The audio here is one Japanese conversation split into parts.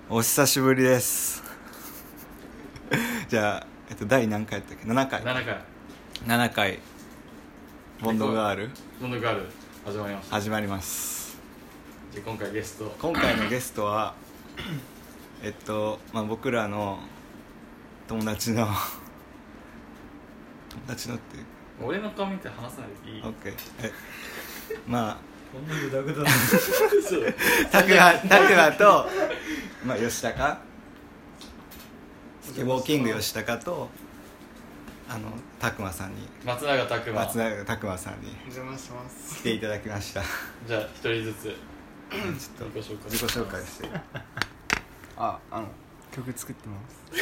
お久しぶりです。じゃあ、第何回やったっけ。7回7回ボンドガール始まります。 じゃあ今回のゲストは僕らの友達のって俺の顔見て話さないでいい？ OK。 まあこんなグダグダタクマと、吉高スケボーキング吉高とタクマさんに松永拓馬さんにお邪魔します。 来ていただきました。 じゃあ一人ずつちょっと自己紹介して。 曲作ってます。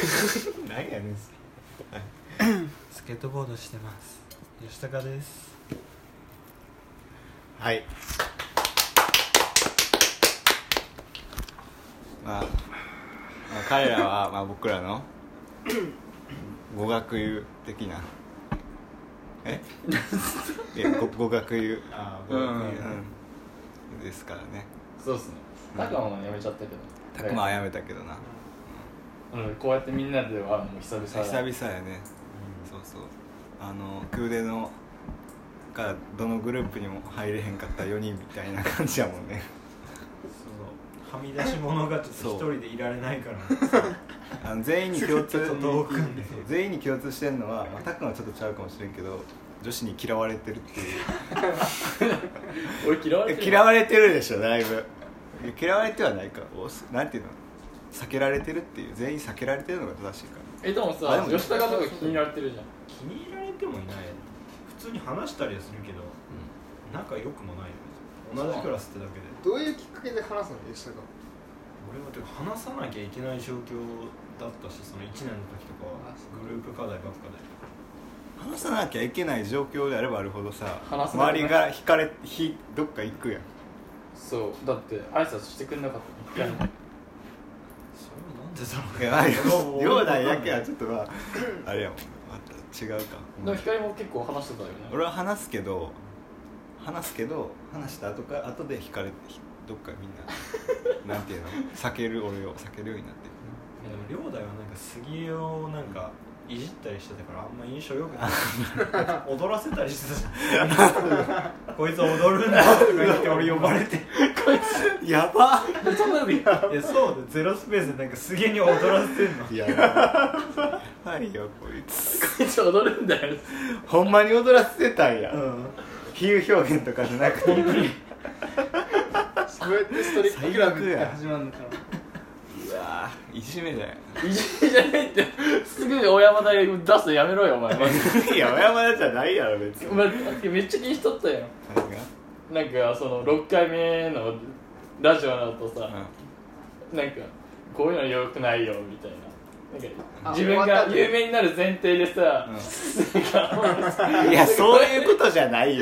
何やねん。 スケートボードしてます。吉高です。 はい。彼らは僕らの語学友的な語学友ですからね。 そうっすね。拓馬もやめちゃったけど。 拓馬はやめたけどな。 こうやってみんなで会うのも久々 やね。そうそう。クーデのからどのグループにも入れへんかった4人みたいな感じやもんね。 はみ出し物がちょっと一人でいられないから全員に共通全員に共通してるのは、タクはちょっとちゃうかもしれんけど、女子に嫌われてるっていう。 俺嫌われてるでしょ、だいぶ。嫌われてはないか、なんていうの、避けられてるっていう、全員避けられてるのが正しいから。 でもさ、吉高とか気に入られてるじゃん。 気に入られてもいない。普通に話したりはするけど、仲良くもないよね。同じクラスってだけで。 どういうきっかけで話すの吉高？ 俺は話さなきゃいけない状況だったし、その1年の時とかはグループ課題ばっかで話さなきゃいけない状況であればあるほどさ、 周りがどっか行くやん。 そう、だって挨拶してくれなかったの。 それはなんでだろう。 両代だけはちょっとあれやもん。違うか。 でも光も結構話してたよね。 俺は話すけど話した後で引かれて、どっかみんななんていうの、避けるようになってる。 でも両代は杉江をいじったりしてたからあんま印象良くない。踊らせたりしてたじゃん。こいつ踊るんだとか言って俺呼ばれて、 こいつやば。 そんなのいやそうでゼロスペースで杉江に踊らせてんの。 やばいよこいつ踊るんだよ。 ほんまに踊らせてたんや。比喩表現とかじゃなくて本当にそうやってストリップクラブって始まるのかな。 うわいじめだよ。 いじめじゃないって。すぐ小山田出すのやめろよお前。 いや小山田じゃないやろ別に。 めっちゃ気にしとったよ。その6回目のラジオだとさ、こういうの良くないよみたいな。自分が有名になる前提でさ、 いやそういうことじゃないよ。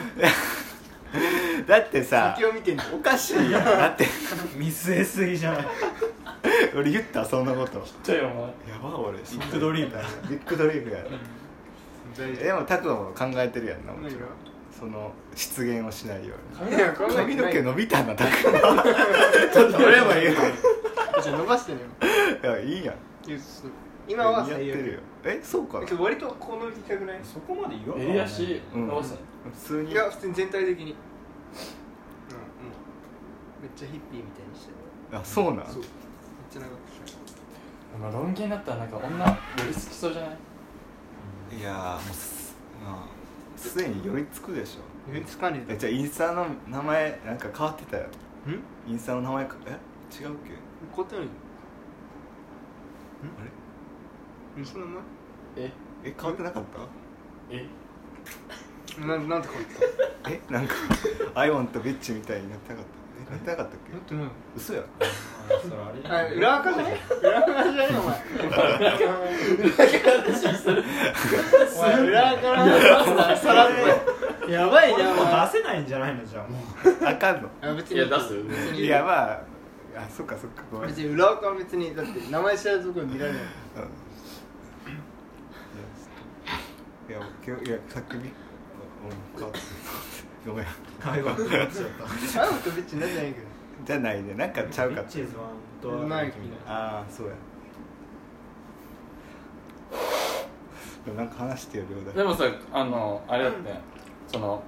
だってさ、 先を見てんのおかしいやん。だって見据えすぎじゃない。 俺言ったそんなこと。 ちっちゃいよお前。 やば俺。 ビッグドリームや。 ビッグドリームや。でもタクも考えてるやんな。もちろんその失言をしないように。髪の毛伸びたなタク。ちょっと俺も言う。 じゃあ伸ばしてねよ。いやいいやん。 今はやってるよ。そうか。 割とこう伸びたくない？ そこまで言わない。 襟足伸ばすの。 普通に。 いや普通に全体的に。めっちゃヒッピーみたいにしてる。 そうなん。 そう。めっちゃ長くした。 ロン毛になったら女より好きそうじゃない？ いやすでに寄りつくでしょ。 寄りつかねえ。 じゃあインスタの名前変わってたよ。インスタの名前違うっけ？ 変わってない。 あれ？ その名前？ 変わってなかった？ なんて書いてた？I want bitch みたいになってなかった？なってなかったっけ？ なってない。 嘘や。 裏垢じゃない？裏垢じゃないお前。 裏垢する。 お前裏垢のさらっと。やばいな。 もう出せないんじゃないのじゃあもう。 あかんの？ いや出す。 いやそっかごめん。 別に裏垢は別にだって名前知らないところ見られない。 いやさっき変わってごめん。 会話になっちゃった。 アウトビッチになってないけど。 じゃないね、なんかちゃうかった。 ビッチーズワンとないみああそうや。でもなんか話してよ両でもさあれだってその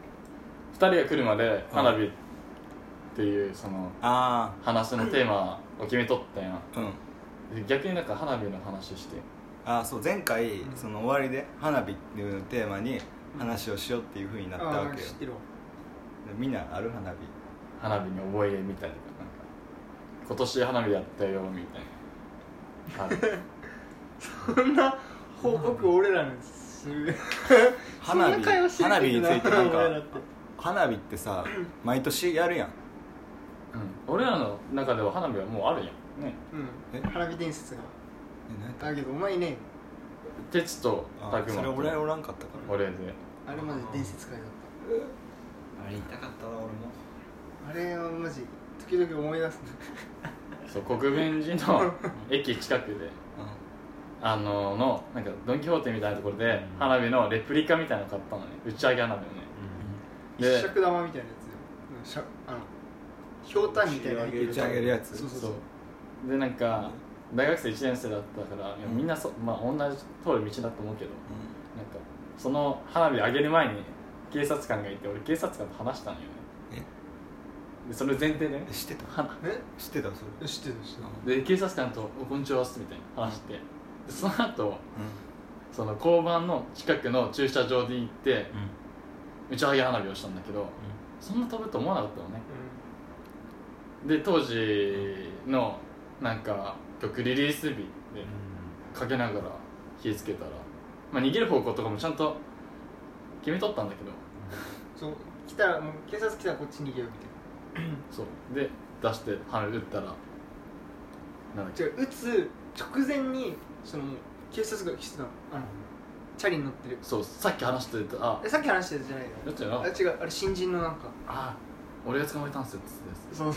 2人が来るまで花火っていうその話のテーマを決めとったやん。逆になんか花火の話して。 そう前回その終わりで花火っていうテーマに話をしようっていう風になったわけよ。 知ってるわ。 みんなある花火に覚えみたいな、なんか今年花火やったよみたいなある。 そんな報告俺らにする花火についてなんか俺らって花火ってさ毎年やるやん。 俺らの中では花火はもうあるやんね。 花火伝説がだけどお前いね鉄とたくまそれ俺おらんかったから俺であれマジ伝説会だっあれ言いたかったな俺も。 た。あれはマジ時々思い出すね。 そう国分寺の駅近くでなんかドン・キホーテみたいなところで花火のレプリカみたいなの買ったのね。打ち上げ花火をね。 一尺玉みたいなやつよ。ひょうたんみたいな打ち上げるやつ。 そうでなんか大学生1年生だったから、みんなまあ同じ通る道だと思うけど、なんかその花火上げる前に警察官がいて、俺警察官と話したのよね。でそれ前提でね。 知ってた？ 知ってたそれ。知ってた。 で警察官と「こんにちは」みたいな話して、でその後、その交番の近くの駐車場で行って、打ち上げ花火をしたんだけど、そんな飛ぶと思わなかったのね。で当時のなんか曲リリース日でかけながら火つけたら、まあ、逃げる方向とかもちゃんと決めとったんだけど、 そう来たらもう警察来たらこっち逃げようみたいな。 そうで出して花火撃ったらなんだっけ、 撃つ直前にその警察が来てたの。チャリに乗ってる。 そうさっき話してた。 さっき話してたじゃないよ。 だったよな。 違う、あれ新人のなんか俺が捕まえたんすよっつってそう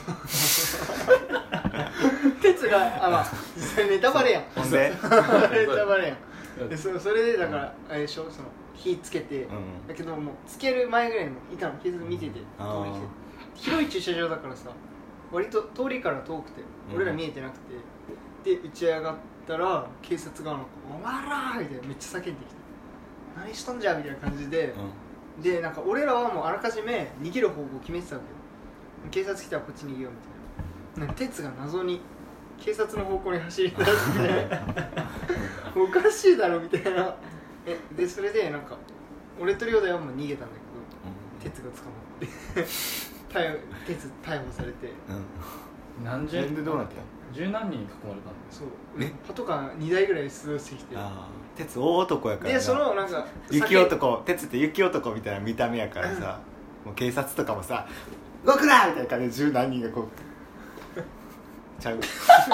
鉄が実際ネタバレやん。 ほんでネタバレやん。でそれでだからあれでしょ、その火つけて、だけどもうつける前ぐらいにいたの警察見てて、通り来て広い駐車場だからさ、割と通りから遠くて俺ら見えてなくて、で打ち上がったら警察がなんか「お前ら!」みたいなめっちゃ叫んできて「何しとんじゃ!」みたいな感じで、でなんか俺らはもうあらかじめ逃げる方向を決めてたわけよ。警察来たらこっち逃げようみたいな。なんか鉄が謎に警察の方向に走り出しておかしいだろみたいな。でそれでなんか俺と亮太はもう逃げたんだけど、鉄が捕まって鉄逮捕されて、 何十でどうなった？ 十何人に囲まれたんだよ。 そうパトカー2台ぐらい出動してきて、 鉄大男やからな。 でそのなんか雪男、鉄って雪男みたいな見た目やからさ、もう警察とかもさ「動くな!」みたいな感じで十何人がこうちゃう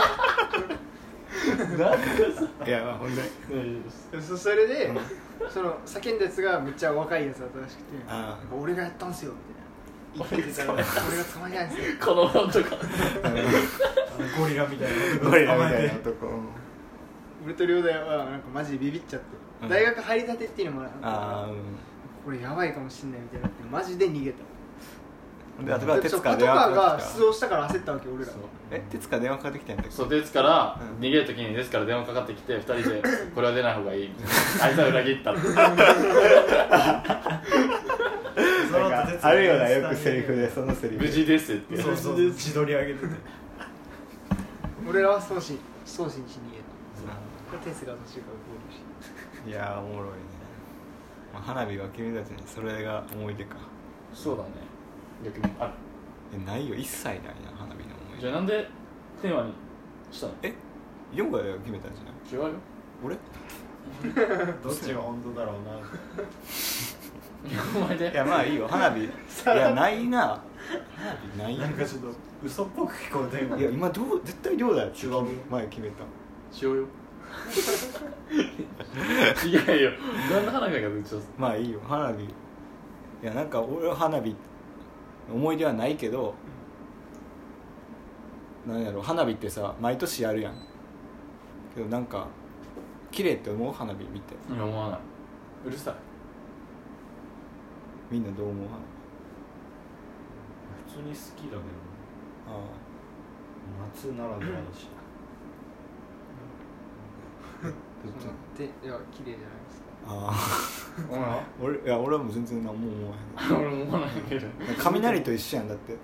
いやまあほんでそれで、その叫んだやつがめっちゃ若いやつだったらしくて「俺がやったんすよ」みたいな言ってたら「俺が捕まえたんすよ」 子供とかゴリラみたいなゴリラみたいな男。 俺と亮太はなんかマジでビビっちゃって、大学入りたてっていうのもこれやばいかもしんないみたいになってマジで逃げた。 で後から鉄パトカーが出動したから焦ったわけ俺ら。 鉄から電話かかってきたんだっけ？ そう鉄から逃げるときに鉄から電話かかってきて2人でこれは出ない方がいいみたいな。あいつは裏切ったあるよな、よくセリフでそのセリフ無事ですってそう自撮り上げてて俺らは送信し逃げた。鉄が途中から合流しいやーおもろいね。花火は君たちにそれが思い出か。 そうだね。逆にある？ ないよ、一切ないな花火の思い出。 じゃあなんでテーマにしたの？ ヨガが決めたんじゃない？ 違うよ。 俺？ どっちが本当だろうなお前で。 いやまあいいよ、花火いやないな。花火ないなんかちょっと嘘っぽく聞こえた今。 いや今絶対量だよ。違う前決めた。 しようよ。違うよ。何の花火がずっと。 まあいいよ、花火。いやなんか俺は花火思い出はないけど、なんやろ、花火ってさ毎年やるやん。けどなんか綺麗って思う？花火見て。 いや思わない。うるさい。 みんなどう思う？花火普通に好きだけど。 夏ならではだしでいや綺麗じゃないですか。 ああ俺はもう全然何も思わへん俺も思わないけど雷と一緒やんだって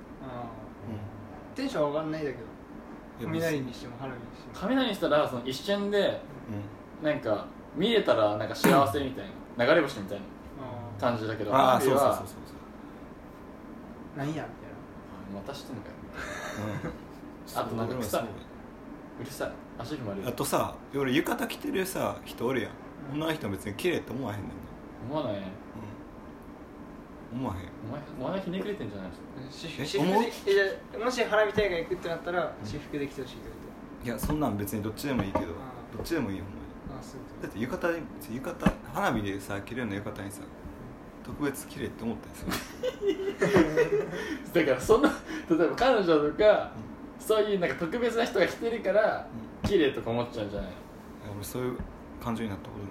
テンション上がんないだけど雷にしても花火にしても雷にしたらその一瞬でなんか見れたらなんか幸せみたいな流れ星みたいな感じだけど花火はなんやみたいなまたしてんのかよあとなんか草うるさい足踏まれるあとさ俺浴衣着てるさ人おるやん女の人別に綺麗って思わへんねんな思わないね思わへんお前ひねくれてんじゃないですかもし花火大会行くってなったら私服で来てほしいけどいやそんなん別にどっちでもいいけどどっちでもいいよほんまにだって浴衣花火でさ着れるの浴衣にさ特別綺麗って思ったりするだからそんな例えば彼女とかそういうなんか特別な人が着てるから綺麗とか思っちゃうんじゃないの？ 俺そういう感情になったこと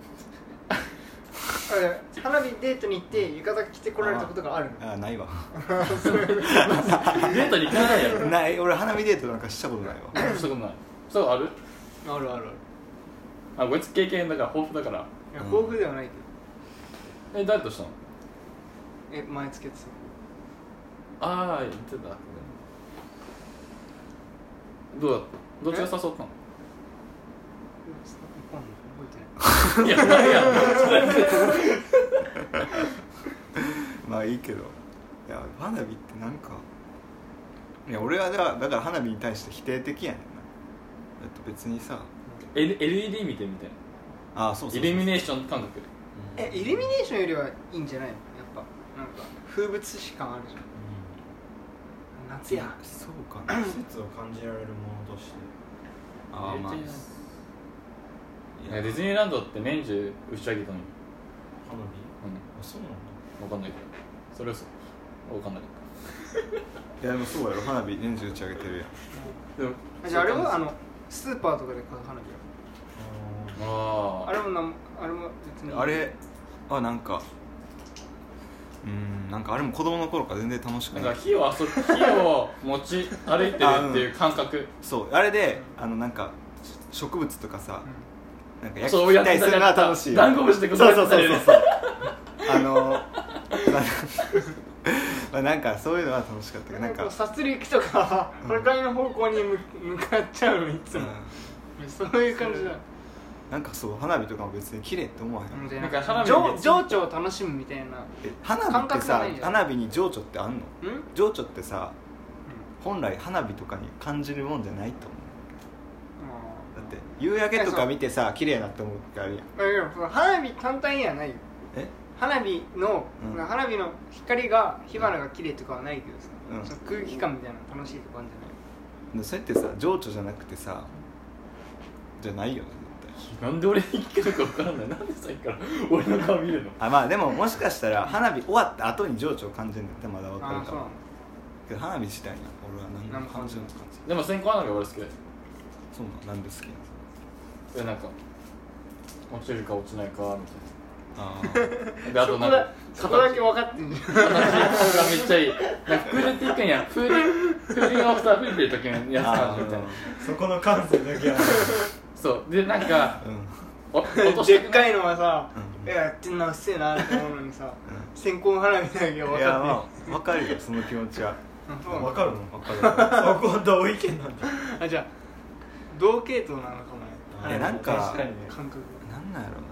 ないな花火デートに行って浴衣着てこられたことがあるの？ ないわデートに行かないやろない俺花火デートなんかしたことないわしたことないそうある？ あるこいつ経験だから豊富だからいや豊富ではないけど誰としたの？ 前つけてた言ってたどうだった？どっちが誘ったの？覚えてないいやないやんまあいいけどいや花火ってなんかいや俺はだから花火に対して否定的やねんなだって別にさ、 LED 見てみたいなそうイルミネーション感覚イルミネーションよりはいいんじゃないの？やっぱなんか風物詩感あるじゃん、夏やそうかな季節を感じられるものとしてまあディズニーランドって年中打ち上げたのに花火そうなんだ分かんないけどそれはそう分かんないいやでもそうやろ花火年中打ち上げてるやんじゃああれはスーパーとかで買う花火あれも別にあれなんかなんかあれも子供の頃から全然楽しくないなんか火を持ち歩いてるっていう感覚そうあれでなんか植物とかさ、なんか焼きたりするのは楽しいダンゴムシでこそやってたりねなんかそういうのは楽しかったけどなんか殺戮とかこれからの方向に向かっちゃうのいつも、そういう感じだなんかそう花火とかも別に綺麗って思わへんなんか花火情緒を楽しむみたいな花火ってさ花火に情緒ってあんの？情緒ってさ、本来花火とかに感じるもんじゃないと思うだって夕焼けとか見てさ綺麗なって思う時あるやん花火単体にはないよ花火の光が火花が綺麗とかはないけどさ、その空気感みたいな楽しいとかあるんじゃない？ それってさ情緒じゃなくてさじゃないよねなんで俺に聞くのか分からない。なんでさっきから俺の顔見るの？ まあでももしかしたら花火終わった後に情緒を感じるんだってまだ分かるかもけど花火自体に俺は何も感じるのかでも線香花火俺好きでそうなんで好きなの？ なんか落ちるか落ちないかみたいなであとなんかそこだけ分かってんじゃん。形がめっちゃいい。なんか風鈴っていくんや。風鈴をさ吹いてる時のやつ感じみたいな。 そこの感性だけはそうでなんか、 でっかいのはさ、やってんなうっせえなって思うのにさ、線香花火だけは分かってる。いやまあ分かるよその気持ちは。 分かるの？分かる。そこ同意見なんだ。 じゃあ同系統なのかもね。 なんか感覚なんなんやろうな。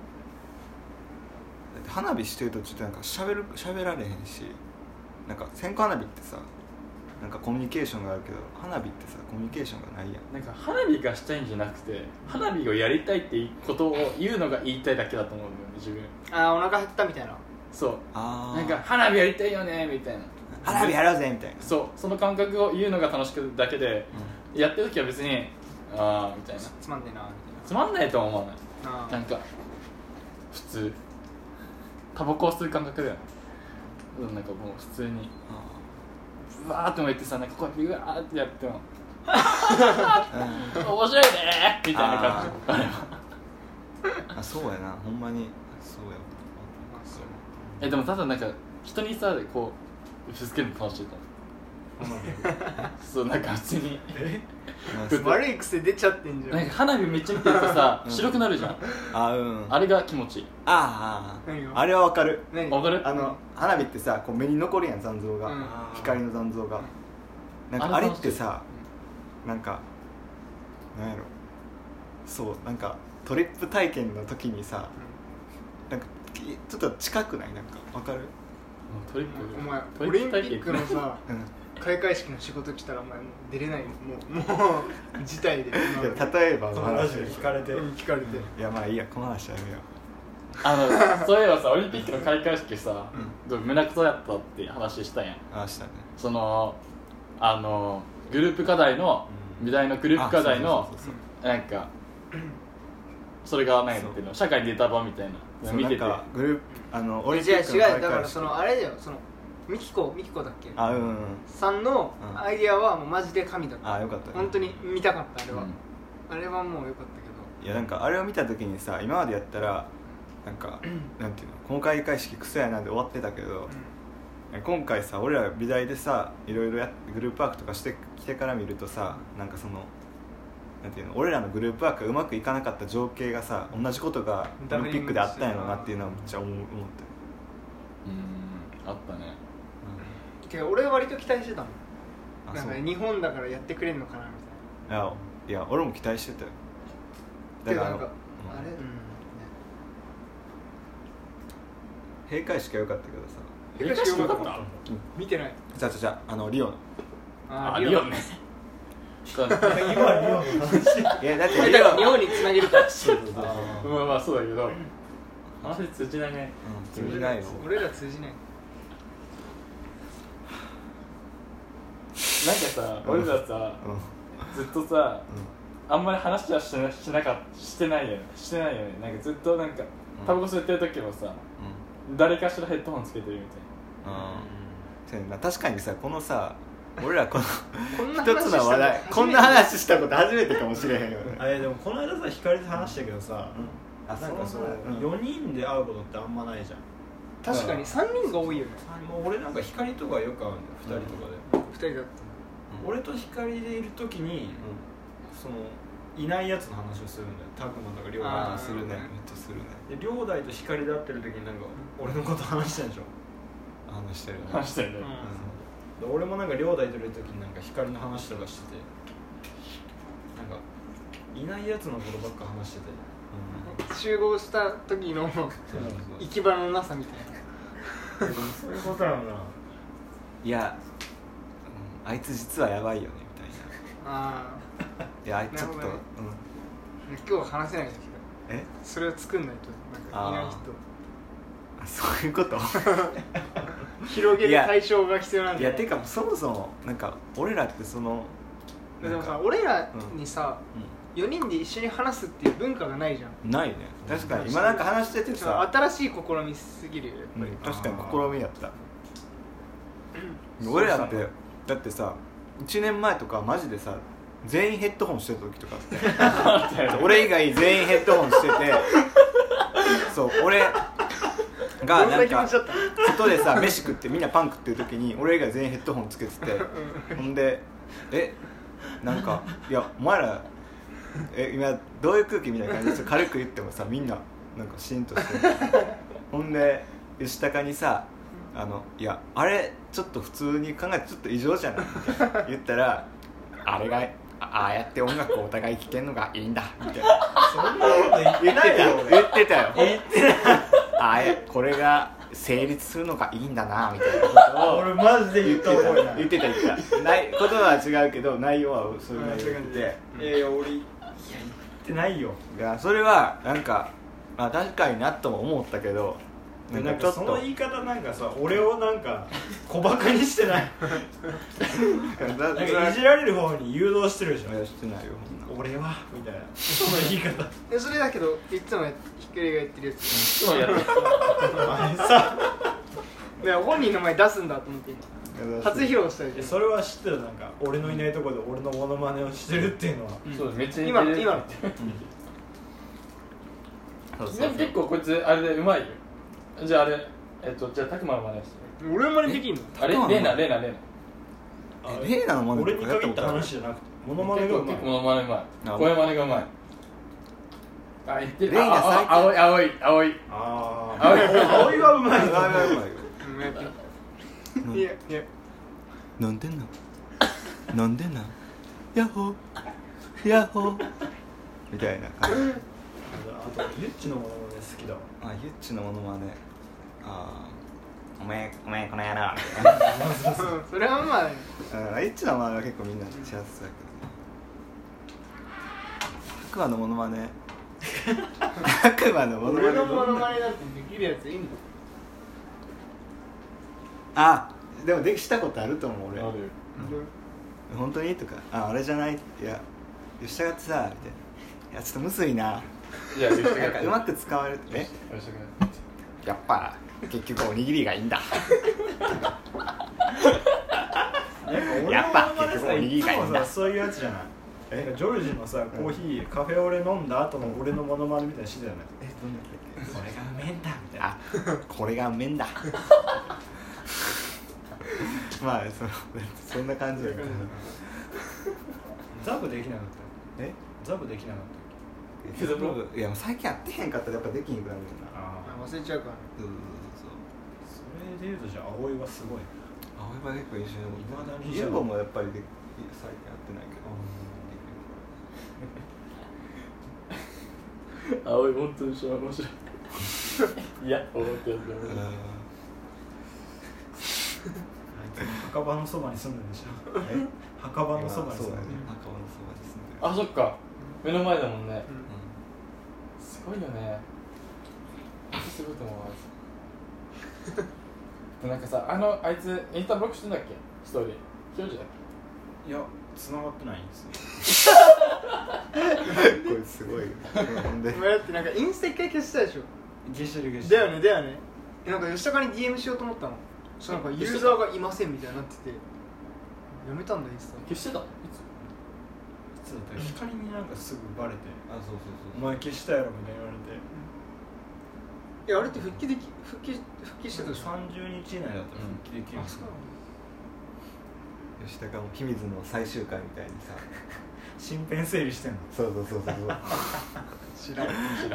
花火してるとちょっとなんか喋られへんし、なんか線香花火ってさなんかコミュニケーションがあるけど花火ってさコミュニケーションがないやん。 なんか花火がしたいんじゃなくて花火をやりたいってことを言うのが言いたいだけだと思うんだよね自分。 お腹減ったみたいな。 そうなんか花火やりたいよねみたいな。 花火やろうぜみたいな。 そうその感覚を言うのが楽しくだけで、やってる時は別にみたいなつまんねえなみたいな。 つまんないとは思わない。なんか普通タバコを吸う感覚だよね。なんかもう普通にうわーっても言ってさ、なんかこうやってうわーってやっても面白いねーみたいな感じ。あれはそうやな、ほんまにそうや。 でもただなんか人にさこう押し付けるの楽しいとそうなんか普通に悪い癖出ちゃってんじゃん。 なんか花火めっちゃ見てるとさ白くなるじゃん。あれが気持ちいい。 あれはわかる。 わかる。 花火ってさこう目に残るやん残像が、光の残像が。なんかあれってさなんかなんやろそうなんかトリップ体験の時にさなんかちょっと近くないなんかわかる？ トリップお前オリンピックのさ開会式の仕事来たらお前もう出れないよもう事態で。例えばそのラジオ聞かれていやまあいいやこの話はやめよう。 そういえばさオリンピックの開会式さ胸くそやったって話したやん。 したね。 そのグループ課題の美大のグループ課題のなんかそれが何やっていうの社会に出た場みたいな見ててグループオリンピックの開会式違うだからそのあれだよそのミキコだっけうんさんのアイディアはもうマジで神だった。 よかったね。 本当に見たかったあれは、あれはもうよかったけど。 いやなんかあれを見た時にさ今までやったらなんかなんていうのこの開会式クソやなんで終わってたけど、今回さ俺ら美大でさいろいろグループワークとかしてきてから見るとさなんかそのなんていうの俺らのグループワークがうまくいかなかった情景がさ同じことがオリンピックであったんやろなっていうのはめっちゃ思った。 あったね。 けど俺は割と期待してたもん。なんか日本だからやってくれるのかなみたいな。 いや俺も期待してたよ。 だからなんかあれ閉会式は良かったけどさ。 閉会式良かった？ 見てない。 じゃあリオの。 リオね。 今リオの話。 いやだって日本に繋げるから。 まあそうだけど。話通じないね。 通じないよ。 俺ら通じない。 なんかさ、俺らさ、ずっとさ、あんまり話はしてないよね。なんかずっとなんかタバコ吸ってる時もさ、誰かしらヘッドホンつけてるみたいな。 確かにさこのさ俺らこの一つの話題こんな話したこと初めてかもしれへんよね。 でもこの間さ光で話したけどさ、なんかその4人で会うことってあんまないじゃん。 確かに3人が多いよね。 もう俺なんか光とかよく会うんだよ2人とかで。 2人だった。 俺と光でいる時にそのいないやつの話をするんだよ。拓磨とか亮大とするね。めっちゃするね。 で亮大と光で会ってる時になんか俺のこと話してるでしょ。 話してるね。 話してるね。 俺もなんか亮大といる時になんか光の話とかしててなんかいないやつのことばっか話してて、 集合した時の行き場のなさみたいな。 そういうことなのな。 いやあいつ実はやばいよねみたいな。いやちょっと今日話せないんですけどそれを作んないとなんかいない人そういうこと広げる対象が必要なんだよ。 いやてかそもそもなんか俺らってそのでもさ俺らにさ、4人で一緒に話すっていう文化がないじゃん。 ないね。確かに今なんか話しててさ新しい試みすぎるよやっぱり。 確かに試みやった。俺らってだってさ1年前とかマジでさ全員ヘッドホンしてた時とかあって俺以外全員ヘッドホンしててそう俺がなんか外でさ飯食ってみんなパン食ってる時に俺以外全員ヘッドホンつけててほんでなんかいやお前ら今どういう空気みたいな感じで軽く言ってもさみんななんかシーンとしてほんで吉高にさいやあれちょっと普通に考えてちょっと異常じゃないみたいな言ったらあれがああやって音楽をお互い聴けるのがいいんだみたいなそんなこと言ってたよこれが成立するのがいいんだなみたいなことを俺マジで言った覚えない。 言ってたない言葉は違うけど内容はそういう内容で俺言ってないよ。 いやそれはなんか確かになとも思ったけどなんかその言い方なんかさ俺をなんか小バカにしてないなんかいじられる方に誘導してるでしょ。 いやしてないよ俺はみたいなその言い方それだけどいつもひっくりが言ってるやついつもやってるさ本人の前に出すんだと思って今初披露したり。 それは知ってる。なんか俺のいないところで俺のモノマネをしてるっていうのはそうめっちゃ今結構こいつあれでうまいよ。じゃああれじゃあ拓磨の真似して俺の真似できんの？ あれレーナレイナのモノマネ俺に限った話じゃなくてモノマネがうまい。 モノマネうまい。声真似がうまい。あ、言ってる。 レイナ最近青い。 ああ青いはうまい。 うまいいや飲んでんのヤッホーみたいな感じ。 あとゆっちのモノマネ好きだわ。 あ、ゆっちのモノマネ。おめえこの野郎それはまあゆっちのモノマネは結構みんな幸せだけどね。白馬のモノマネ白馬のモノマネ俺のモノマネなんてできるやついいんだ。 あ、でもしたことあると思う俺。 ある。 本当にとか、あれじゃない、いや吉田がさみたいな、いやちょっとむずいな、 いや、 なんかうまく使われてやっぱ結局おにぎりがいいんだやっぱ結局おにぎりがいいんだ。 そういうやつじゃない。なんかジョルジのさコーヒーカフェオレ飲んだ後の俺のモノマネみたいなしてたよね。 どんなこれがうめえんだみたいな。 あ、これがうめえんだまあそんな感じだからザブできなかったよ。ザブできなかったっいやもう最近やってへんかったらやっぱできんくなるよな。 忘れちゃうから。 そうそれでいうとじゃあ葵はすごい。 葵は結構一緒に未だにユーボもやっぱり最近やってないけど青い本当に面白いいや、思ってるんだよ。 墓場のそばに住んでるでしょ。墓場のそばに住んでる。 墓場のそばに住んでる。 あ、そっか。目の前だもんね。すごいよね。すごいと思います。なんかさ、あいつインスタブロックしてんだっけ？ストーリー。表示だっいや、繋がってないんですよ。 これすごいよ。ほんでお前だってなんかインスタ一回消したでしょ。 消してる。 だよね。なんか吉高に DM しようと思ったの。そしたらなんかユーザーがいませんみたいになってて、やめたんだインスタ。 け？消してた？いつ？ いつだったら光になんかすぐバレて、 あ、そうお前消したやろみたいに言われて。 いやあれって復帰してたでしょ。 30日以内だったら復帰できる。 あ、そうなの。 吉高も秘密の最終回みたいにさ、 身辺整理してんの。 そう知らん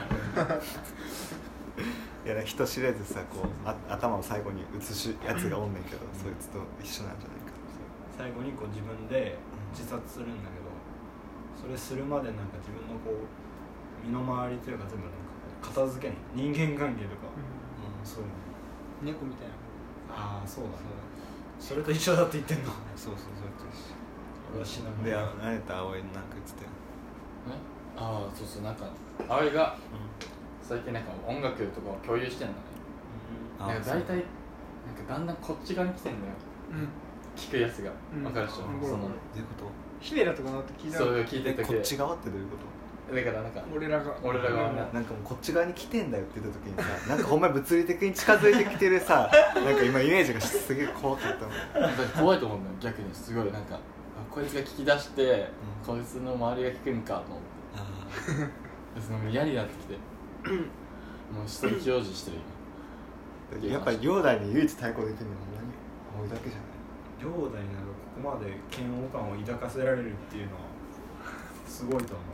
いや人知れずさ、こう頭を最後に映すやつがおんねんけど、そいつと一緒なんじゃないか。 最後にこう自分で自殺するんだけど、それするまでなんか自分のこう身の回りというか全部なんか片付けんの。人間関係とか、そういうの。 猫みたいな。 ああ、そうだね。それと一緒だって言ってんの。 そうそれと一緒。 俺は死なで、あれと葵なんか言ってたよ。 ああ、そうなんか葵が最近なんか音楽とかを共有してんのね。なんか大体なんかだんだんこっち側に来てんだよ。聞くやつが分かるでしょ。 どういうこと？ ヒメラとかのって聞いたの。 そう聞いてたけど。 こっち側ってどういうこと？ だからなんか俺らがなんかもうこっち側に来てんだよって言った時にさ、なんかほんまに物理的に近づいてきてるさ、なんか今イメージがすげえ怖かったもん。 怖いと思うんだよ逆に。すごいなんかこいつが聞き出して、こいつの周りが聞くんかと思ってその嫌になってきてもう下に用心してる今。やっぱり両代に唯一対抗できるのは何？葵だけじゃない？ 両代になるここまで嫌悪感を抱かせられるっていうのはすごいと思う。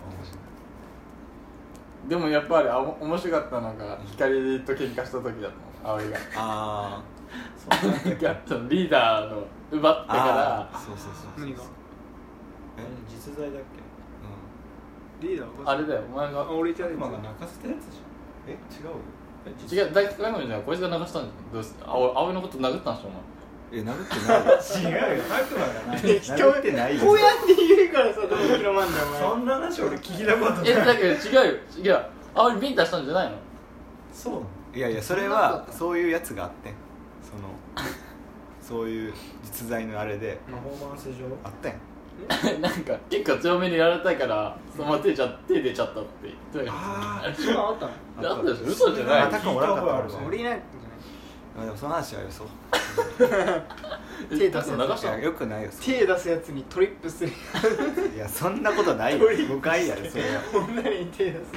でもやっぱり面白かったのが光と喧嘩した時だったの、葵が。 ああ、 そうなんかリーダーの奪ってからそう何が実在だっけ？ リーダーあれだよ、お前が俺いたやつ。 悪魔が泣かせたやつじ違う、大体のじゃん、こいつが流したんじゃん。どうして葵のこと殴ったんでしょ、お前。 殴ってない。 ゃん。違うよ、悪魔がない。 殴ってないよ。 こうやって言うからさ、どう広まんだよお前。 そんな話俺聞いたことない。 だけど違うよ、葵ビンタしたんじゃないの？ そうなの？ いやそれはそういうやつがあってん。そういう実在のあれでパフォーマンス上あったやん。 なんか結構強めにやられたからそのまま手出ちゃったって言ってたよ。 あそんなのあったの？ あったでしょ、嘘じゃない。 あたかもおらんかったかもしれない。 俺いないんじでもその話はよそう。 手出すやつ流したの？ よくないよ。 手出すやつにトリップする。 いやそんなことないよ。誤解やでそれは。 女に手出す。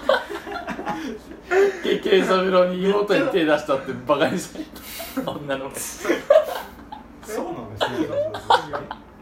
慶三郎に妹に手出したってバカにされた女の子。 そうなんですね。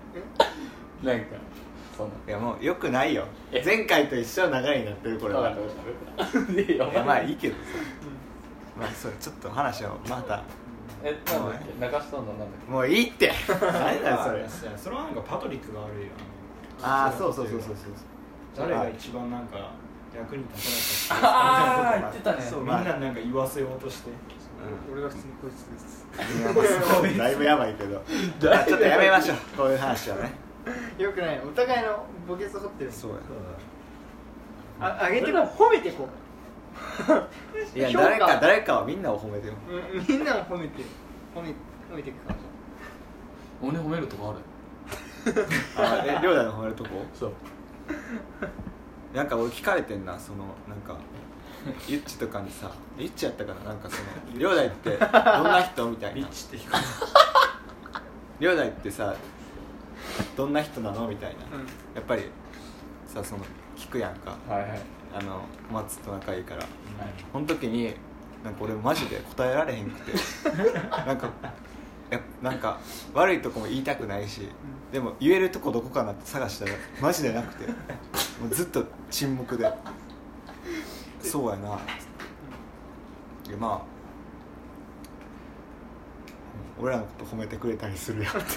なんかそんな。 いやもうよくないよ。前回と一緒の流れになってるこれは。いやまあいいけどさ、まあそれちょっと話をまた。 なんだっけ、中下のなんだっけ、もういいって。 何だそれ。それはなんかパトリックが悪いよ。 ああそうそう誰が一番なんか役に立たなかった。 ああ言ってたね。 そうみんななんか言わせようとして。 俺が普通にこいつです。 だいぶやばいけど。ちょっとやめましょうこういう話はね。 よくない。お互いの墓穴掘ってる。 そうや。あげてこう、褒めてこう。 いや誰かはみんなを褒めてよ。 みんなを褒めていくから。 俺褒めるとこある。両大の褒めるとこ。 そう。 なんか俺聞かれてんな、そのなんかゆっちとかにさ、ゆっちやったかな、なんかその両大ってどんな人みたいな。 ゆっちって聞かれる。 両大ってさどんな人なのみたいな、やっぱりさその聞くやんか。 はいはい。 小松と仲いいから、この時になんか俺マジで答えられへんくてなんか悪いとこも言いたくないし、でも言えるとこどこかなって探したらマジでなくて、もうずっと沈黙でそうやなっつって、まあ俺らのこと褒めてくれたりするやんって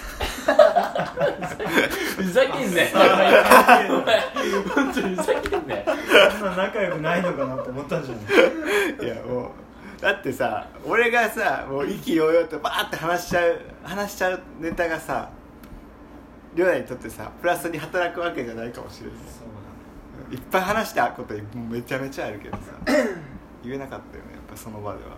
ふざけんね本当にふざけんね。 そんな仲良くないのかなと思ったんじゃない。 いやもうだってさ、俺がさもう意気揚々とバーって話しちゃうネタがさ、両親にとってさプラスに働くわけじゃないかもしれない。いっぱい話したことめちゃめちゃあるけどさ言えなかったよね、やっぱその場では。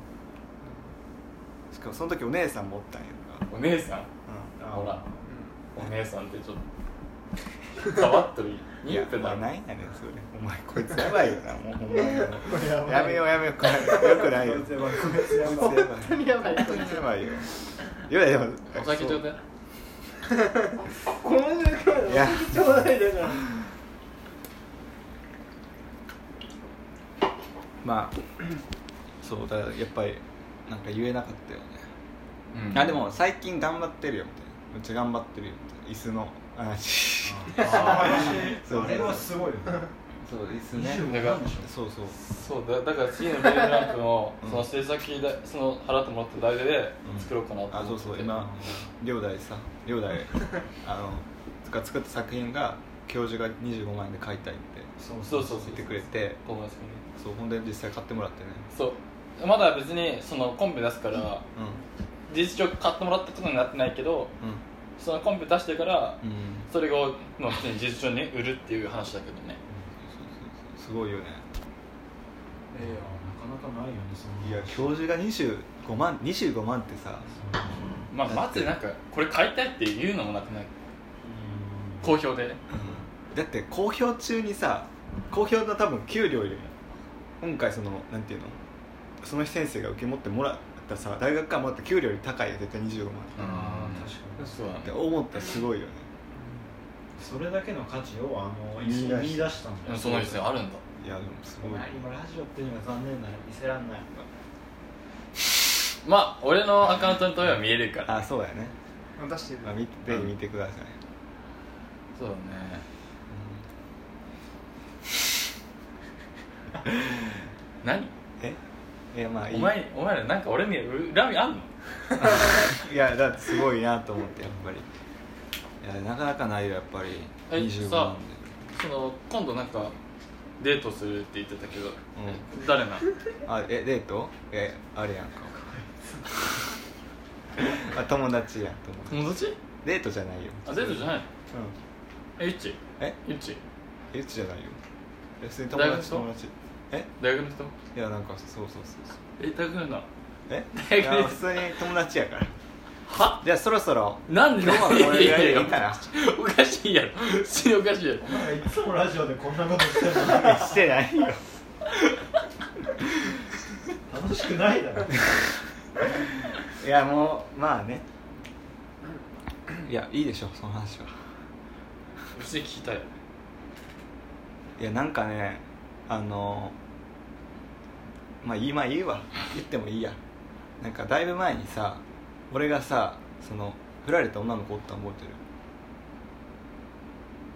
しかもその時お姉さんもおったんやんか。 お姉さん、ほら、お姉さんってちょっと変わっとる。 いや、何やねんそれ。お前こいつやばいよな、もうほんまに。やめようこれよくないよ。こいつやばい。 本当にやばい。 こいつやばいよ。いやでもお酒ちょうだい。 この状況でお酒ちょうだいだから。 まあそうだからやっぱりなんか言えなかったよね。あでも最近頑張ってるよみたいな。めっちゃ頑張ってるよみたいな。椅子の話。 そうあれはすごいよね。 そう椅子ね。 そうだから次のゲームランプのその制作費その払ってもらった代で作ろうかなと思って。 あそう今両大が作った作品が教授が25万円で買いたいってそう言ってくれて、そうほんで実際買ってもらってね。 そうまだ別にそのコンペ出すから、事実上買ってもらったことになってないけど、そのコンペ出してから、それを普通に事実上に売るっていう話だけどね。 すごいよね。 なかなかないよねその。 いや教授が25万ってさ、 まずなんかこれ買いたいっていうのもなくない？好評でね。 だって公表中にさ、公表の多分給料より今回そのなんていうの、その先生が受け持ってもらったさ、大学からもらった給料より高いよ絶対25万。 確かにそうだね。 って思ったらすごいよね。 それだけの価値を見出したんだよ。 その必要あるんだ。 いやでもすごい。 今ラジオっていうのが残念な見せらんない。 まあ俺のアカウントの問いは見えるから。 あそうやね。 出してる。 ぜひ見てください。 そうだね。何？ いやまあいい。 お前らなんか俺に恨みあんの？ いやだってすごいなと思ってやっぱり。いやなかなかないよやっぱり25万で。 その今度なんかデートするって言ってたけど、誰な？ デート？あれやんか。友達やん。 友達？ デートじゃないよ。 デートじゃないの？ゆっち？ゆっちじゃないよ。普通に友達。大学の人？ いやなんかそう。 大学の人？ いや普通に友達やから。 は？ じゃあそろそろなんで？ 今日はこれぐらいでいいかな。 おかしいやろ。普通におかしいやろ。 お前いつもラジオでこんなことしてるの？ してないよ。 楽しくないだろ。 いやもうまあね。いやいいでしょその話は。 普通に聞きたい。 いやなんかねまあいいわ言ってもいいや。なんかだいぶ前にさ俺がさその振られた女の子おったん覚えてる？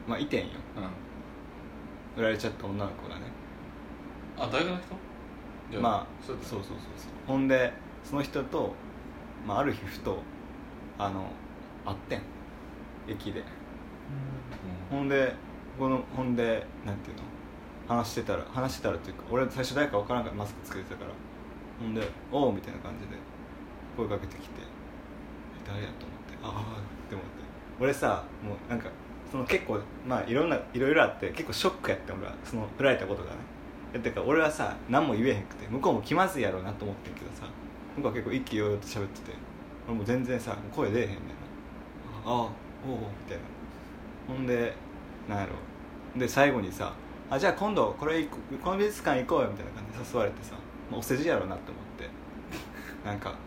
まあいてんよ、売られちゃった女の子がね。 あ、大学の人？ まあそうほんでその人と、まあ、ある日ふと会ってん駅で、ほんでなんていうの話してたらっていうか、俺最初誰か分からんからマスクつけてたから、ほんで「おう」みたいな感じで声かけてきて、誰やと思って、ああって思って、俺さもうなんかその結構まあいろいろあって結構ショックやって、俺はその振られたことがね。だから俺はさ何も言えへんくて、向こうも気まずいやろうなと思ってんけどさ、向こうは結構一気揚々と喋ってて、俺も全然さ声出えへんねんな。ああおうみたいな。ほんでなんやろで最後にさ、あじゃあ今度この美術館行こうよみたいな感じで誘われてさ、まあ、お世辞やろうなって思ってなんか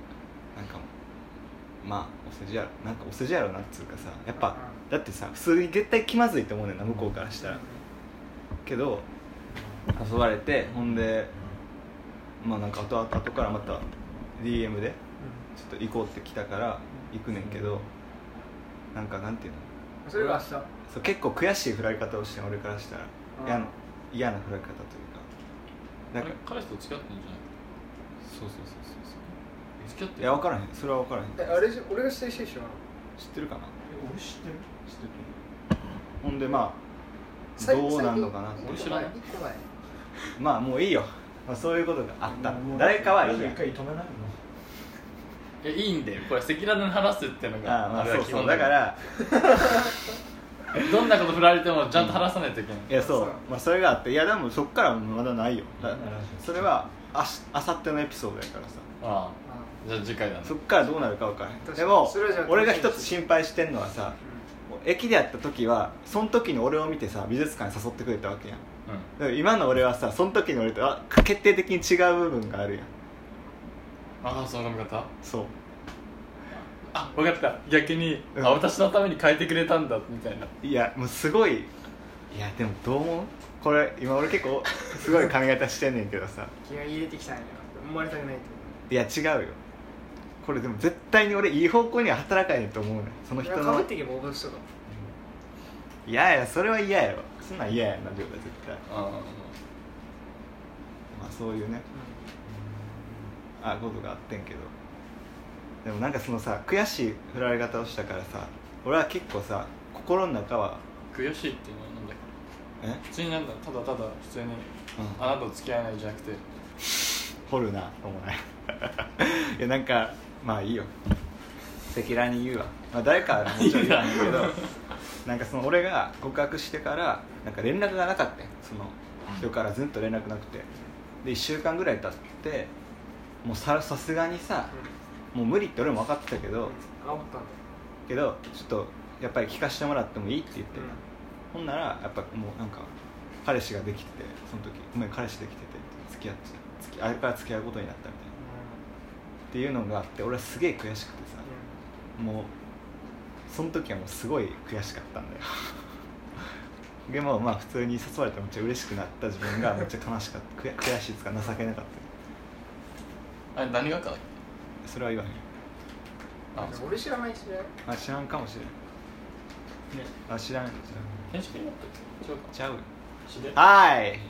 まあお世辞やろうなっつうかさ、やっぱだってさ普通に絶対気まずいと思うねんな、向こうからしたら。けど誘われて、ほんでまあなんか後からまた DM でちょっと行こうって来たから行くねんけど、なんていうの、 それが明日そう結構悔しい振られ方をして、俺からしたら嫌な振られ方というか、 なんか彼氏と付き合ってんじゃない？ そう付き合ってる？ いや分からへん、それは分からへん。 あれ俺が知ってる人知ってるかな。 俺知ってる。 ほんでまあどうなんのかな。 俺知らない。 まあもういいよ、まあ、そういうことがあった。誰かはいいや。 一回止めないの。 いいんだよ、これ赤裸々に話すっていうのが。 まあそうだからどんなこと振られてもちゃんと話さないといけない。 いやそう、まあ、それがあって、いやでもそっからまだないよ。それはあさってのエピソードやからさ。 ああ、じゃあ次回だね。 そっからどうなるか分からへん。でも俺が一つ心配してんのはさ、駅でやった時はその時に俺を見てさ美術館に誘ってくれたわけやん、だから今の俺はさその時の俺と決定的に違う部分があるやん。 ああ、その髪型？ そう、 あ、分かった。逆に、私のために変えてくれたんだみたいな。 いやもうすごい、いやでもどう思う？これ今俺結構すごい髪型してんねんけどさ気が入れてきたんや思われたくないと。 いや違うよ、これでも絶対に俺いい方向には働かへんと思うねん、その人の。 かぶっていけば応募しとか。 いやそれは嫌やろ、そんなん嫌やな絶対。まあそういうね、ことがあってんけど、でもなんかそのさ悔しい振られ方をしたからさ、俺は結構さ心の中は悔しいっていうのはなんだっけ？普通になんだ、ただ普通に、あなたと付き合えないじゃなくて掘るなと思ないいやなんかまあいいよ、赤裸々に言うわ、まあ、誰かはもちろん言わないけどなんかその俺が告白してからなんか連絡がなかったよ、その人からずっと連絡なくて、で1週間ぐらい経ってもうさすがにさ、もう無理って俺も分かってたけど、ちょっとやっぱり聞かせてもらってもいいって言って、ほんならやっぱもうなんか彼氏ができてて、その時ごめん彼氏できてて付き合ってあれから付き合うことになったみたいな、っていうのがあって、俺はすげえ悔しくてさ、もうその時はもうすごい悔しかったんだよでもまあ普通に誘われてめっちゃ嬉しくなった自分がめっちゃ悲しかった悔しいつか情けなかった。 あれ何がかだっけ？ それは言わへん。 俺知らないしあ、知らんかもしれん、ね、あ、知らん転職になったっけ？ ちゃうよ。 知れ？ はい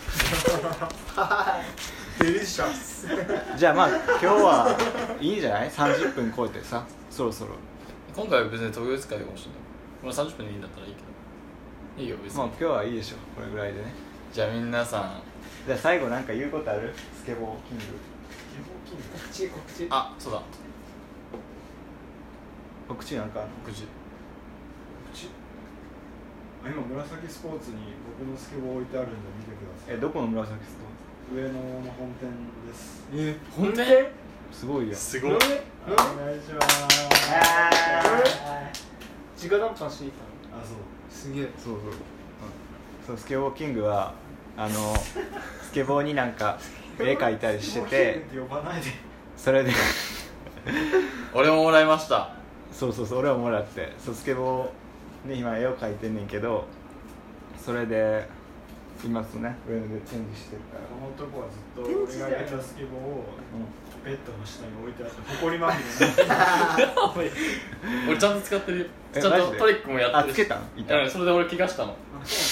デリシャスじゃあまあ今日はいいんじゃない？30分超えてさ、そろそろ今回は別に特別会かもしれない。まあ30分でいいんだったらいいけど、いいよ別に。 まあ今日はいいでしょ、これぐらいでね。 じゃあ皆さん、 じゃあ最後なんか言うことある？スケボーキング。 告知あ、そうだ、 告知なんかあるの？ 告知今紫スポーツに僕のスケボー置いてあるんで見てください。 どこの紫スポ上野の本店です。 本店？ すごいやん。 すごい。 お願いします。 直談判していいかあ、そう。 すげえそうスケボーキングはスケボーになんか絵描いたりしてて、 呼ばないで。 それで俺ももらいました。 そう俺はもらって、スケボーに今絵を描いてんねんけど、それで今とね上でチェンジしてるから。 この男はずっと俺がやったスケボーをベッドの下に置いてあって埃まみれになって俺ちゃんと使ってるよ。ちゃんとトリックもやってるし。 つけたん？いた。 それで俺怪我したの。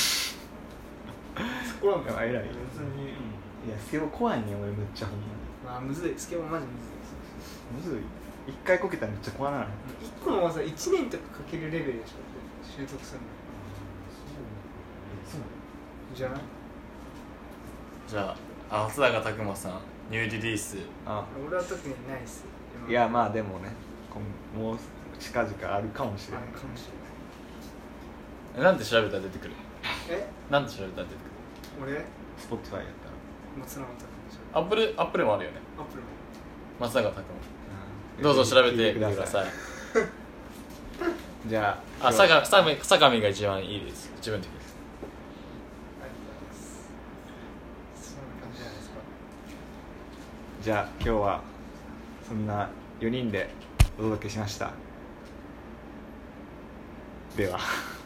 そこなんだ。 偉い。 別に、 いやスケボー怖いね俺めっちゃほんままあむずい、スケボーマジむずい。 むずい。一回こけたらめっちゃ怖ない。 一個の技1年とかかけるレベルでしょ習得するの。じゃない？ じゃあ松永拓馬さんニューリリース。 俺は特にないっす。 いやまあでもねもう近々あるかもしれない。 なんて調べたら出てくる？なんて調べたら出てくる？ 俺？ スポットファイやったら松永拓馬。アップルもあるよね。 アップルも。 松永拓馬。どうぞ調べてみてください。 じゃあ、相模が一番いいです。自分的に。 そんな感じじゃないですか。 じゃあ今日はそんな4人でお届けしました。では。